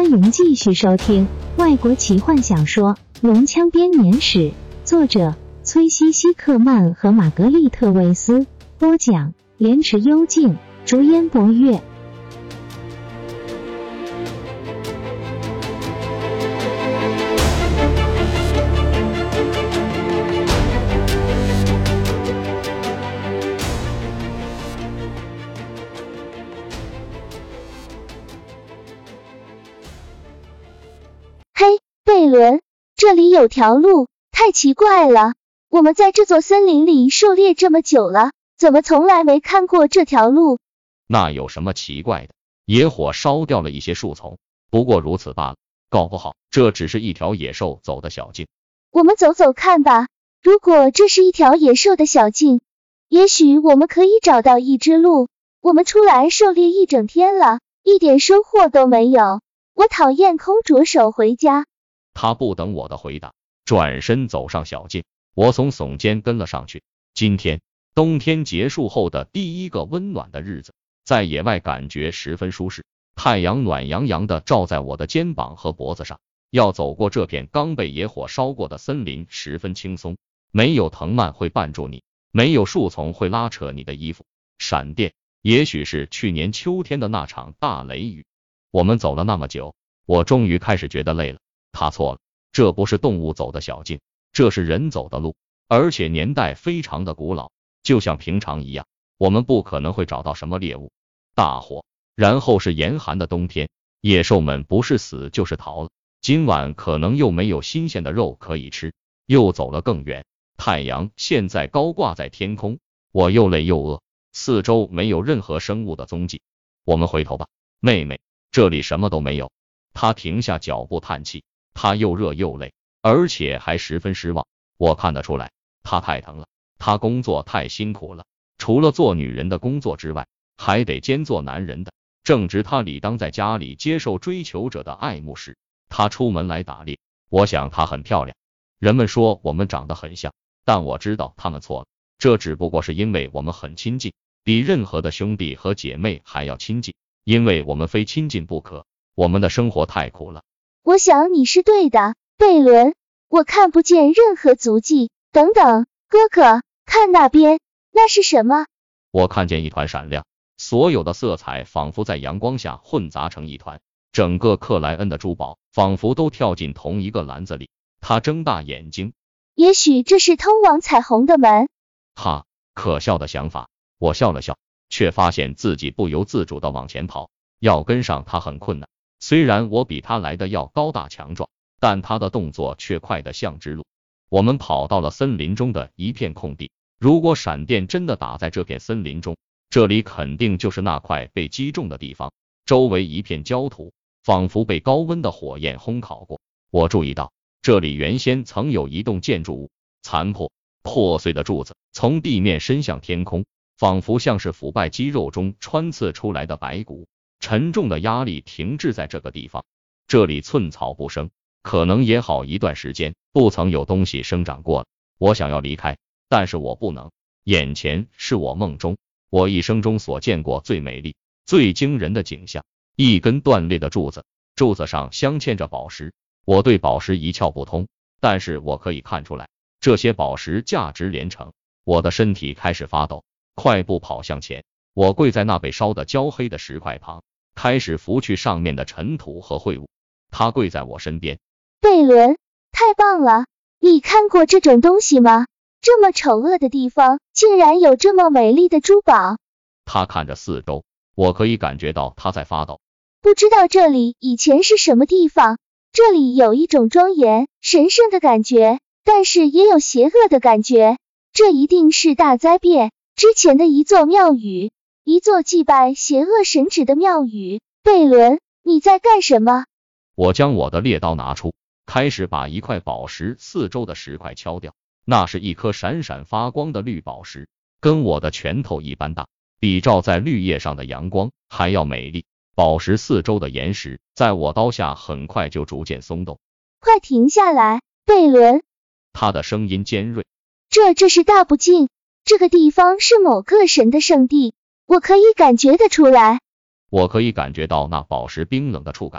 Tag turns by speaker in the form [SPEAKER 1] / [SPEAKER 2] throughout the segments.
[SPEAKER 1] 欢迎继续收听外国奇幻小说《龙枪编年史》，作者崔西西克曼和玛格丽特卫斯，播讲莲池幽静，竹烟博月。
[SPEAKER 2] 贝伦，这里有条路，太奇怪了。我们在这座森林里狩猎这么久了，怎么从来没看过这条路？
[SPEAKER 3] 那有什么奇怪的？野火烧掉了一些树丛，不过如此罢了，搞不好这只是一条野兽走的小径。
[SPEAKER 2] 我们走走看吧，如果这是一条野兽的小径，也许我们可以找到一只鹿。我们出来狩猎一整天了，一点收获都没有，我讨厌空着手回家。
[SPEAKER 3] 他不等我的回答，转身走上小径，我从耸肩跟了上去。今天冬天结束后的第一个温暖的日子，在野外感觉十分舒适，太阳暖洋洋的照在我的肩膀和脖子上。要走过这片刚被野火烧过的森林十分轻松，没有藤蔓会绊住你，没有树丛会拉扯你的衣服。闪电，也许是去年秋天的那场大雷雨。我们走了那么久，我终于开始觉得累了。他错了，这不是动物走的小径，这是人走的路，而且年代非常的古老，就像平常一样，我们不可能会找到什么猎物。大火，然后是严寒的冬天，野兽们不是死就是逃了，今晚可能又没有新鲜的肉可以吃。又走了更远，太阳现在高挂在天空，我又累又饿，四周没有任何生物的踪迹。我们回头吧，妹妹，这里什么都没有。他停下脚步叹气，他又热又累，而且还十分失望。我看得出来，他太疼了，他工作太辛苦了，除了做女人的工作之外，还得兼做男人的。正值他理当在家里接受追求者的爱慕时，他出门来打猎。我想她很漂亮，人们说我们长得很像，但我知道他们错了，这只不过是因为我们很亲近，比任何的兄弟和姐妹还要亲近，因为我们非亲近不可，我们的生活太苦了。
[SPEAKER 2] 我想你是对的，贝伦，我看不见任何足迹。等等，哥哥，看那边，那是什么？
[SPEAKER 3] 我看见一团闪亮，所有的色彩仿佛在阳光下混杂成一团，整个克莱恩的珠宝仿佛都跳进同一个篮子里。他睁大眼睛，
[SPEAKER 2] 也许这是通往彩虹的门。
[SPEAKER 3] 哈，可笑的想法。我笑了笑，却发现自己不由自主地往前跑，要跟上他很困难。虽然我比他来的要高大强壮，但他的动作却快得像只鹿。我们跑到了森林中的一片空地，如果闪电真的打在这片森林中，这里肯定就是那块被击中的地方。周围一片焦土，仿佛被高温的火焰烘烤过。我注意到，这里原先曾有一栋建筑物，残破破碎的柱子从地面伸向天空，仿佛像是腐败肌肉中穿刺出来的白骨。沉重的压力停滞在这个地方，这里寸草不生，可能也好一段时间不曾有东西生长过了。我想要离开，但是我不能。眼前是我梦中，我一生中所见过最美丽、最惊人的景象。一根断裂的柱子，柱子上镶嵌着宝石。我对宝石一窍不通，但是我可以看出来，这些宝石价值连城。我的身体开始发抖，快步跑向前。我跪在那被烧得焦黑的石块旁，开始拂去上面的尘土和秽物。他跪在我身边。
[SPEAKER 2] 贝伦，太棒了！你看过这种东西吗？这么丑恶的地方，竟然有这么美丽的珠宝。
[SPEAKER 3] 他看着四周，我可以感觉到他在发抖。
[SPEAKER 2] 不知道这里以前是什么地方，这里有一种庄严、神圣的感觉，但是也有邪恶的感觉。这一定是大灾变之前的一座庙宇。一座祭拜邪恶神祇的庙宇。贝伦，你在干什么？
[SPEAKER 3] 我将我的猎刀拿出，开始把一块宝石四周的石块敲掉。那是一颗闪闪发光的绿宝石，跟我的拳头一般大，比照在绿叶上的阳光还要美丽。宝石四周的岩石在我刀下很快就逐渐松动。
[SPEAKER 2] 快停下来，贝伦！
[SPEAKER 3] 他的声音尖锐。
[SPEAKER 2] 这是大不敬，这个地方是某个神的圣地。我可以感觉得出来，
[SPEAKER 3] 我可以感觉到那宝石冰冷的触感，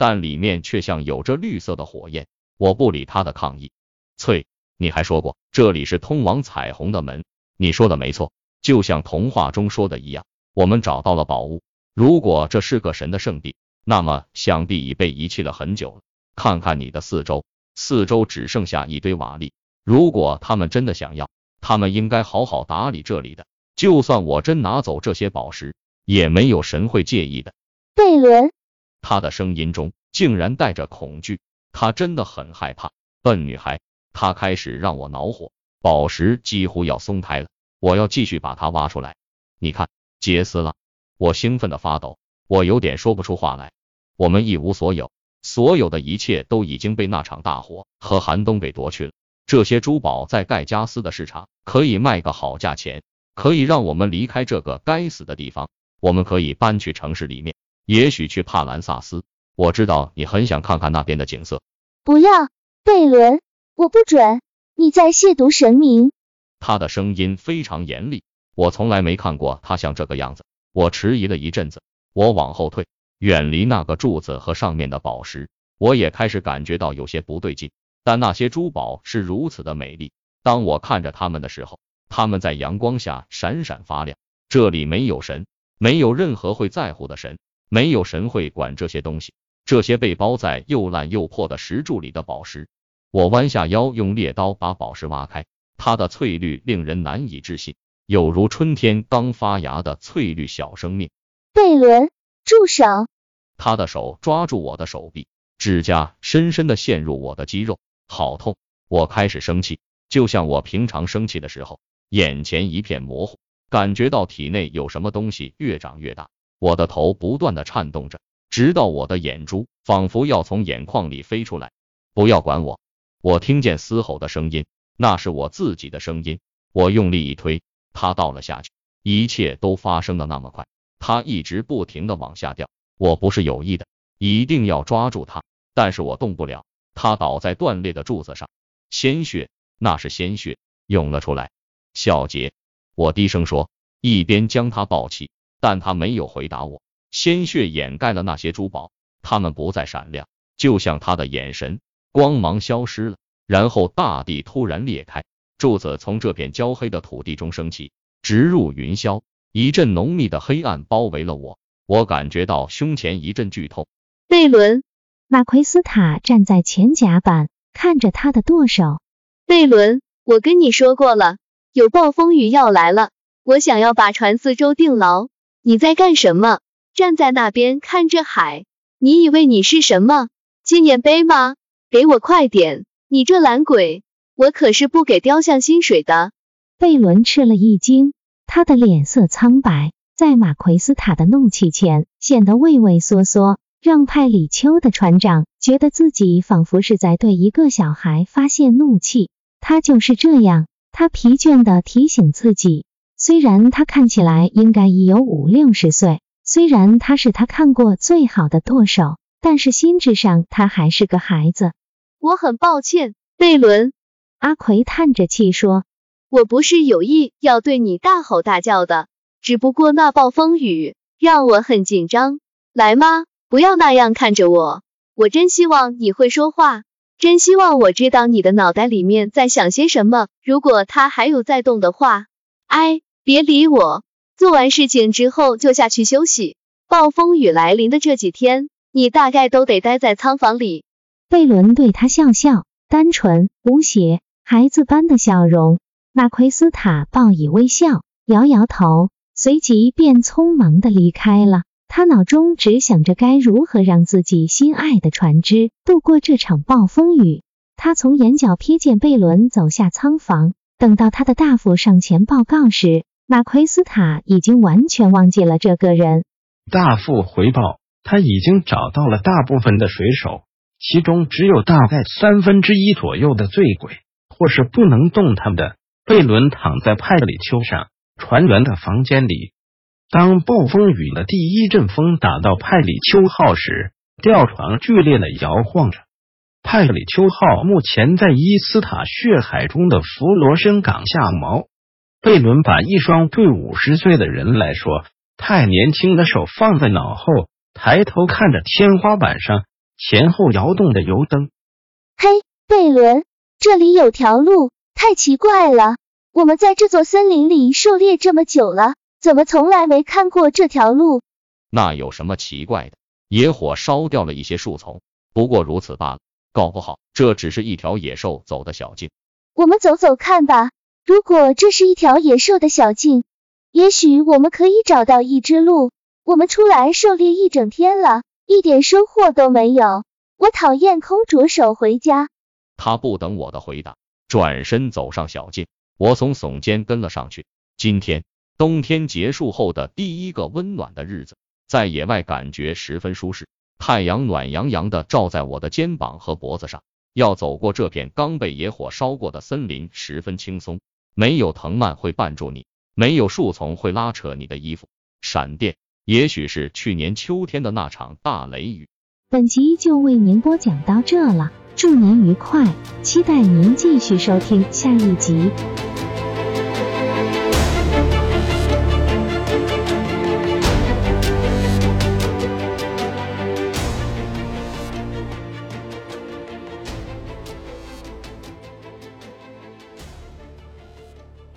[SPEAKER 3] 但里面却像有着绿色的火焰。我不理他的抗议。翠，你还说过这里是通往彩虹的门，你说的没错，就像童话中说的一样，我们找到了宝物。如果这是个神的圣地，那么想必已被遗弃了很久了。看看你的四周只剩下一堆瓦砾。如果他们真的想要，他们应该好好打理这里的。就算我真拿走这些宝石，也没有神会介意的。
[SPEAKER 2] 贝伦，
[SPEAKER 3] 他的声音中竟然带着恐惧，他真的很害怕。笨女孩，她开始让我恼火。宝石几乎要松开了，我要继续把它挖出来。你看，结丝了。我兴奋的发抖，我有点说不出话来。我们一无所有，所有的一切都已经被那场大火和寒冬给夺去了。这些珠宝在盖加斯的市场可以卖个好价钱，可以让我们离开这个该死的地方。我们可以搬去城市里面，也许去帕兰萨斯。我知道你很想看看那边的景色。
[SPEAKER 2] 不要，贝伦，我不准，你在亵渎神明。
[SPEAKER 3] 他的声音非常严厉，我从来没看过他像这个样子。我迟疑了一阵子，我往后退，远离那个柱子和上面的宝石。我也开始感觉到有些不对劲，但那些珠宝是如此的美丽，当我看着它们的时候，它们在阳光下闪闪发亮。这里没有神，没有任何会在乎的神，没有神会管这些东西。这些被包在又烂又破的石柱里的宝石。我弯下腰，用猎刀把宝石挖开，它的翠绿令人难以置信，有如春天刚发芽的翠绿小生命。
[SPEAKER 2] 贝伦，住手！
[SPEAKER 3] 他的手抓住我的手臂，指甲深深地陷入我的肌肉，好痛！我开始生气，就像我平常生气的时候，眼前一片模糊，感觉到体内有什么东西越长越大。我的头不断地颤动着，直到我的眼珠仿佛要从眼眶里飞出来。不要管我！我听见嘶吼的声音，那是我自己的声音。我用力一推，它倒了下去。一切都发生的那么快，它一直不停地往下掉。我不是有意的，一定要抓住它，但是我动不了。它倒在断裂的柱子上，鲜血，那是鲜血，涌了出来。小杰，我低声说，一边将它抱起，但它没有回答我。鲜血掩盖了那些珠宝，它们不再闪亮，就像他的眼神，光芒消失了。然后大地突然裂开，柱子从这片焦黑的土地中升起，直入云霄。一阵浓密的黑暗包围了我，我感觉到胸前一阵剧痛。
[SPEAKER 2] 贝伦，
[SPEAKER 1] 马奎斯塔站在前甲板，看着他的舵手。
[SPEAKER 2] 贝伦，我跟你说过了，有暴风雨要来了，我想要把船四周定牢。你在干什么？站在那边看着海，你以为你是什么？纪念碑吗？给我快点！你这懒鬼，我可是不给雕像薪水的。
[SPEAKER 1] 贝伦吃了一惊，他的脸色苍白，在马奎斯塔的怒气前显得畏畏缩缩，让派里丘的船长觉得自己仿佛是在对一个小孩发泄怒气。他就是这样，他疲倦地提醒自己，虽然他看起来应该已有50-60岁，虽然他是他看过最好的舵手，但是心智上他还是个孩子。
[SPEAKER 2] 我很抱歉，贝伦。
[SPEAKER 1] 阿奎叹着气说，
[SPEAKER 2] 我不是有意要对你大吼大叫的，只不过那暴风雨让我很紧张。来吗？不要那样看着我，我真希望你会说话，真希望我知道你的脑袋里面在想些什么，如果它还有在动的话。别理我，做完事情之后就下去休息。暴风雨来临的这几天，你大概都得待在仓房里。
[SPEAKER 1] 贝伦对他笑笑，单纯无邪，孩子般的笑容。马奎斯塔报以微笑，摇摇头，随即便匆忙地离开了。他脑中只想着该如何让自己心爱的船只度过这场暴风雨。他从眼角瞥见贝伦走下仓房，等到他的大副上前报告时，马奎斯塔已经完全忘记了这个人。
[SPEAKER 4] 大副回报，他已经找到了大部分的水手，其中只有大概1/3左右的醉鬼，或是不能动弹的。贝伦躺在派里丘上，船员的房间里。当暴风雨的第一阵风打到派里丘号时，吊床剧烈的摇晃着。派里丘号目前在伊斯塔血海中的弗罗申港下锚。贝伦把一双对50岁的人来说太年轻的手放在脑后，抬头看着天花板上前后摇动的油灯。
[SPEAKER 2] 嘿，贝伦，这里有条路，太奇怪了。我们在这座森林里狩猎这么久了，怎么从来没看过这条路？
[SPEAKER 3] 那有什么奇怪的？野火烧掉了一些树丛，不过如此罢了，搞不好这只是一条野兽走的小径。
[SPEAKER 2] 我们走走看吧，如果这是一条野兽的小径，也许我们可以找到一只鹿。我们出来狩猎一整天了，一点收获都没有，我讨厌空着手回家。
[SPEAKER 3] 他不等我的回答，转身走上小径，我从耸肩跟了上去。今天冬天结束后的第一个温暖的日子，在野外感觉十分舒适，太阳暖洋洋的照在我的肩膀和脖子上。要走过这片刚被野火烧过的森林十分轻松，没有藤蔓会绊住你，没有树丛会拉扯你的衣服，闪电也许是去年秋天的那场大雷雨。
[SPEAKER 1] 本集就为您播讲到这了，祝您愉快，期待您继续收听下一集。